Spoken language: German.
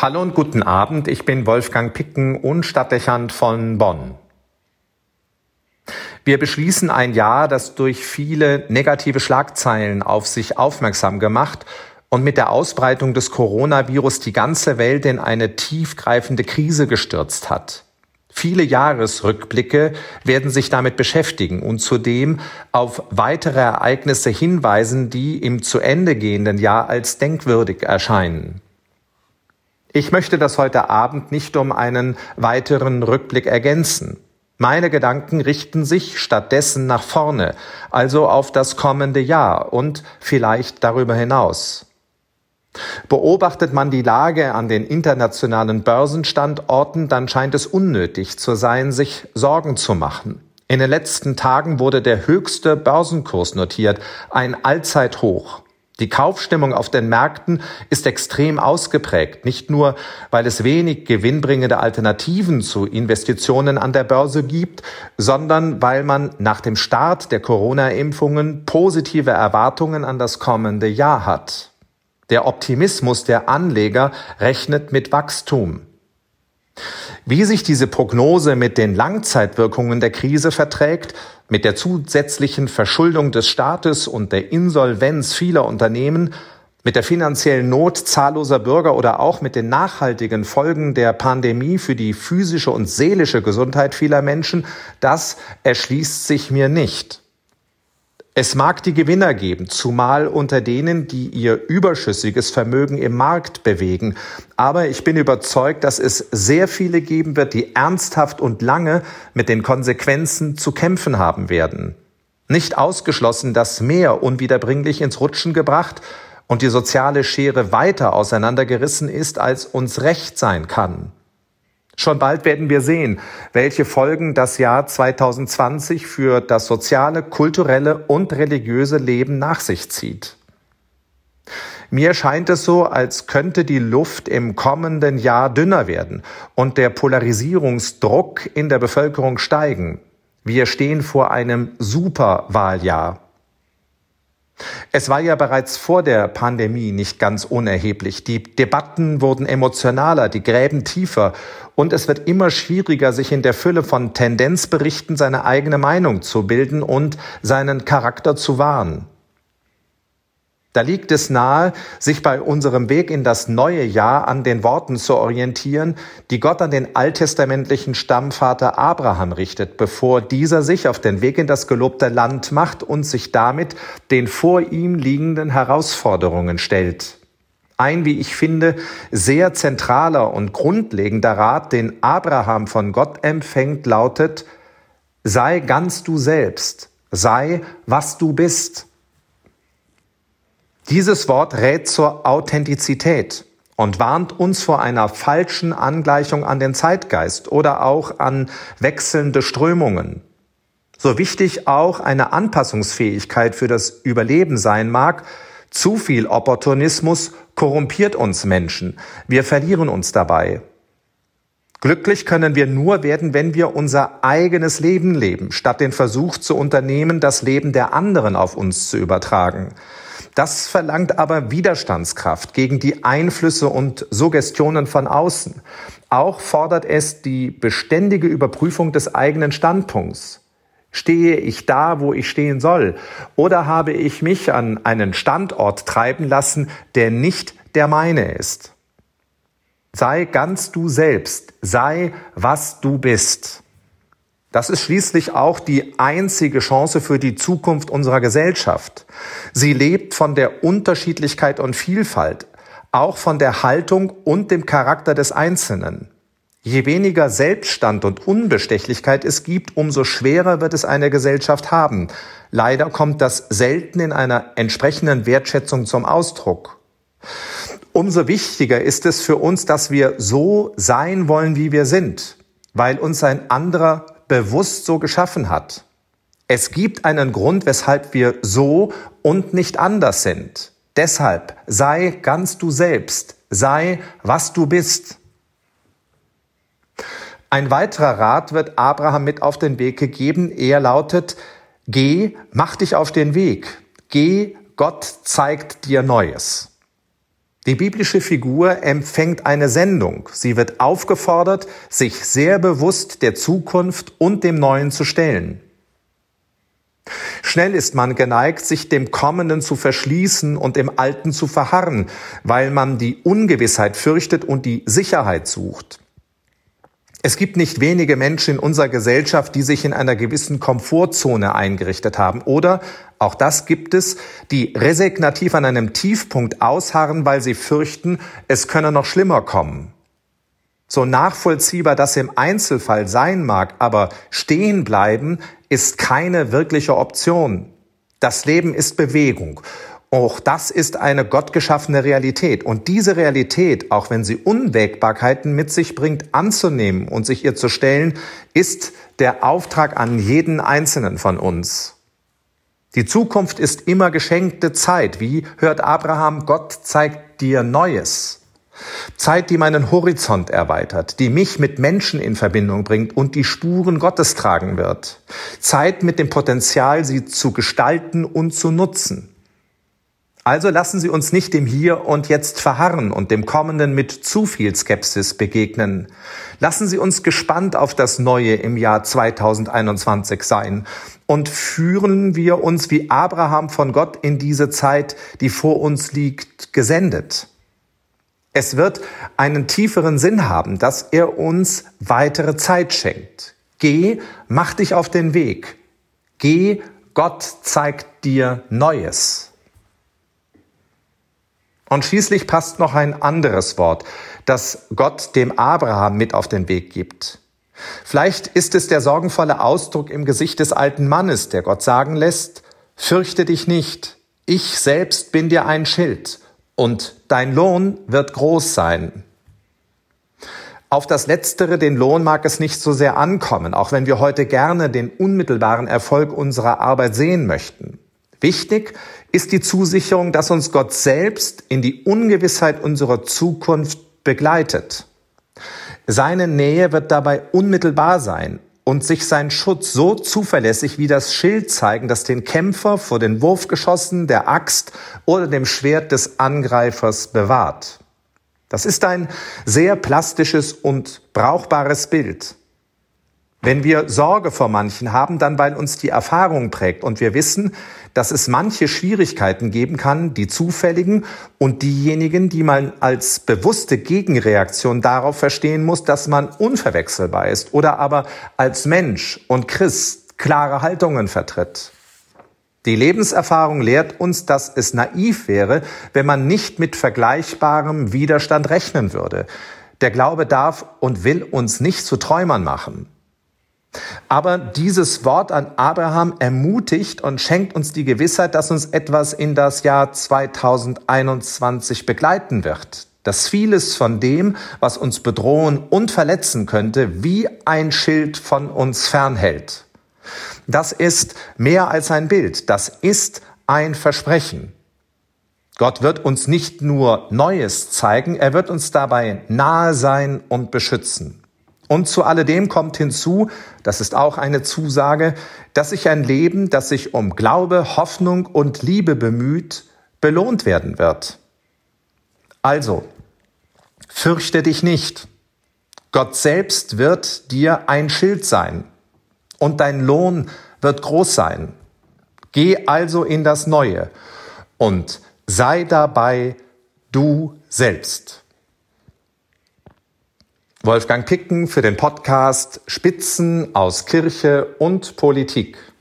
Hallo und guten Abend, ich bin Wolfgang Picken und Stadtdechant von Bonn. Wir beschließen ein Jahr, das durch viele negative Schlagzeilen auf sich aufmerksam gemacht und mit der Ausbreitung des Coronavirus die ganze Welt in eine tiefgreifende Krise gestürzt hat. Viele Jahresrückblicke werden sich damit beschäftigen und zudem auf weitere Ereignisse hinweisen, die im zu Ende gehenden Jahr als denkwürdig erscheinen. Ich möchte das heute Abend nicht um einen weiteren Rückblick ergänzen. Meine Gedanken richten sich stattdessen nach vorne, also auf das kommende Jahr und vielleicht darüber hinaus. Beobachtet man die Lage an den internationalen Börsenstandorten, dann scheint es unnötig zu sein, sich Sorgen zu machen. In den letzten Tagen wurde der höchste Börsenkurs notiert, ein Allzeithoch. Die Kaufstimmung auf den Märkten ist extrem ausgeprägt, nicht nur, weil es wenig gewinnbringende Alternativen zu Investitionen an der Börse gibt, sondern weil man nach dem Start der Corona-Impfungen positive Erwartungen an das kommende Jahr hat. Der Optimismus der Anleger rechnet mit Wachstum. Wie sich diese Prognose mit den Langzeitwirkungen der Krise verträgt, mit der zusätzlichen Verschuldung des Staates und der Insolvenz vieler Unternehmen, mit der finanziellen Not zahlloser Bürger oder auch mit den nachhaltigen Folgen der Pandemie für die physische und seelische Gesundheit vieler Menschen, das erschließt sich mir nicht. Es mag die Gewinner geben, zumal unter denen, die ihr überschüssiges Vermögen im Markt bewegen. Aber ich bin überzeugt, dass es sehr viele geben wird, die ernsthaft und lange mit den Konsequenzen zu kämpfen haben werden. Nicht ausgeschlossen, dass mehr unwiederbringlich ins Rutschen gebracht und die soziale Schere weiter auseinandergerissen ist, als uns recht sein kann. Schon bald werden wir sehen, welche Folgen das Jahr 2020 für das soziale, kulturelle und religiöse Leben nach sich zieht. Mir scheint es so, als könnte die Luft im kommenden Jahr dünner werden und der Polarisierungsdruck in der Bevölkerung steigen. Wir stehen vor einem Superwahljahr. Es war ja bereits vor der Pandemie nicht ganz unerheblich. Die Debatten wurden emotionaler, die Gräben tiefer und es wird immer schwieriger, sich in der Fülle von Tendenzberichten seine eigene Meinung zu bilden und seinen Charakter zu wahren. Da liegt es nahe, sich bei unserem Weg in das neue Jahr an den Worten zu orientieren, die Gott an den alttestamentlichen Stammvater Abraham richtet, bevor dieser sich auf den Weg in das gelobte Land macht und sich damit den vor ihm liegenden Herausforderungen stellt. Ein, wie ich finde, sehr zentraler und grundlegender Rat, den Abraham von Gott empfängt, lautet: Sei ganz du selbst, sei, was du bist. Dieses Wort rät zur Authentizität und warnt uns vor einer falschen Angleichung an den Zeitgeist oder auch an wechselnde Strömungen. So wichtig auch eine Anpassungsfähigkeit für das Überleben sein mag, zu viel Opportunismus korrumpiert uns Menschen. Wir verlieren uns dabei. Glücklich können wir nur werden, wenn wir unser eigenes Leben leben, statt den Versuch zu unternehmen, das Leben der anderen auf uns zu übertragen. Das verlangt aber Widerstandskraft gegen die Einflüsse und Suggestionen von außen. Auch fordert es die beständige Überprüfung des eigenen Standpunkts. Stehe ich da, wo ich stehen soll? Oder habe ich mich an einen Standort treiben lassen, der nicht der meine ist? Sei ganz du selbst, sei, was du bist. Das ist schließlich auch die einzige Chance für die Zukunft unserer Gesellschaft. Sie lebt von der Unterschiedlichkeit und Vielfalt, auch von der Haltung und dem Charakter des Einzelnen. Je weniger Selbststand und Unbestechlichkeit es gibt, umso schwerer wird es eine Gesellschaft haben. Leider kommt das selten in einer entsprechenden Wertschätzung zum Ausdruck. Umso wichtiger ist es für uns, dass wir so sein wollen, wie wir sind, weil uns ein anderer bewusst so geschaffen hat. Es gibt einen Grund, weshalb wir so und nicht anders sind. Deshalb sei ganz du selbst, sei, was du bist. Ein weiterer Rat wird Abraham mit auf den Weg gegeben. Er lautet: Geh, mach dich auf den Weg. Geh, Gott zeigt dir Neues. Die biblische Figur empfängt eine Sendung. Sie wird aufgefordert, sich sehr bewusst der Zukunft und dem Neuen zu stellen. Schnell ist man geneigt, sich dem Kommenden zu verschließen und im Alten zu verharren, weil man die Ungewissheit fürchtet und die Sicherheit sucht. Es gibt nicht wenige Menschen in unserer Gesellschaft, die sich in einer gewissen Komfortzone eingerichtet haben. Oder, auch das gibt es, die resignativ an einem Tiefpunkt ausharren, weil sie fürchten, es könne noch schlimmer kommen. So nachvollziehbar das im Einzelfall sein mag, aber stehen bleiben ist keine wirkliche Option. Das Leben ist Bewegung. Auch das ist eine gottgeschaffene Realität. Und diese Realität, auch wenn sie Unwägbarkeiten mit sich bringt, anzunehmen und sich ihr zu stellen, ist der Auftrag an jeden Einzelnen von uns. Die Zukunft ist immer geschenkte Zeit. Wie hört Abraham, Gott zeigt dir Neues. Zeit, die meinen Horizont erweitert, die mich mit Menschen in Verbindung bringt und die Spuren Gottes tragen wird. Zeit mit dem Potenzial, sie zu gestalten und zu nutzen. Also lassen Sie uns nicht dem Hier und Jetzt verharren und dem Kommenden mit zu viel Skepsis begegnen. Lassen Sie uns gespannt auf das Neue im Jahr 2021 sein und führen wir uns wie Abraham von Gott in diese Zeit, die vor uns liegt, gesendet. Es wird einen tieferen Sinn haben, dass er uns weitere Zeit schenkt. Geh, mach dich auf den Weg. Geh, Gott zeigt dir Neues. Und schließlich passt noch ein anderes Wort, das Gott dem Abraham mit auf den Weg gibt. Vielleicht ist es der sorgenvolle Ausdruck im Gesicht des alten Mannes, der Gott sagen lässt: Fürchte dich nicht, ich selbst bin dir ein Schild und dein Lohn wird groß sein. Auf das Letztere, den Lohn, mag es nicht so sehr ankommen, auch wenn wir heute gerne den unmittelbaren Erfolg unserer Arbeit sehen möchten. Wichtig ist die Zusicherung, dass uns Gott selbst in die Ungewissheit unserer Zukunft begleitet. Seine Nähe wird dabei unmittelbar sein und sich sein Schutz so zuverlässig wie das Schild zeigen, das den Kämpfer vor den Wurfgeschossen, der Axt oder dem Schwert des Angreifers bewahrt. Das ist ein sehr plastisches und brauchbares Bild. Wenn wir Sorge vor manchen haben, dann weil uns die Erfahrung prägt und wir wissen, dass es manche Schwierigkeiten geben kann, die zufälligen und diejenigen, die man als bewusste Gegenreaktion darauf verstehen muss, dass man unverwechselbar ist oder aber als Mensch und Christ klare Haltungen vertritt. Die Lebenserfahrung lehrt uns, dass es naiv wäre, wenn man nicht mit vergleichbarem Widerstand rechnen würde. Der Glaube darf und will uns nicht zu Träumern machen. Aber dieses Wort an Abraham ermutigt und schenkt uns die Gewissheit, dass uns etwas in das Jahr 2021 begleiten wird. Dass vieles von dem, was uns bedrohen und verletzen könnte, wie ein Schild von uns fernhält. Das ist mehr als ein Bild, das ist ein Versprechen. Gott wird uns nicht nur Neues zeigen, er wird uns dabei nahe sein und beschützen. Und zu alledem kommt hinzu, das ist auch eine Zusage, dass sich ein Leben, das sich um Glaube, Hoffnung und Liebe bemüht, belohnt werden wird. Also, fürchte dich nicht. Gott selbst wird dir ein Schild sein und dein Lohn wird groß sein. Geh also in das Neue und sei dabei du selbst. Wolfgang Picken für den Podcast Spitzen aus Kirche und Politik.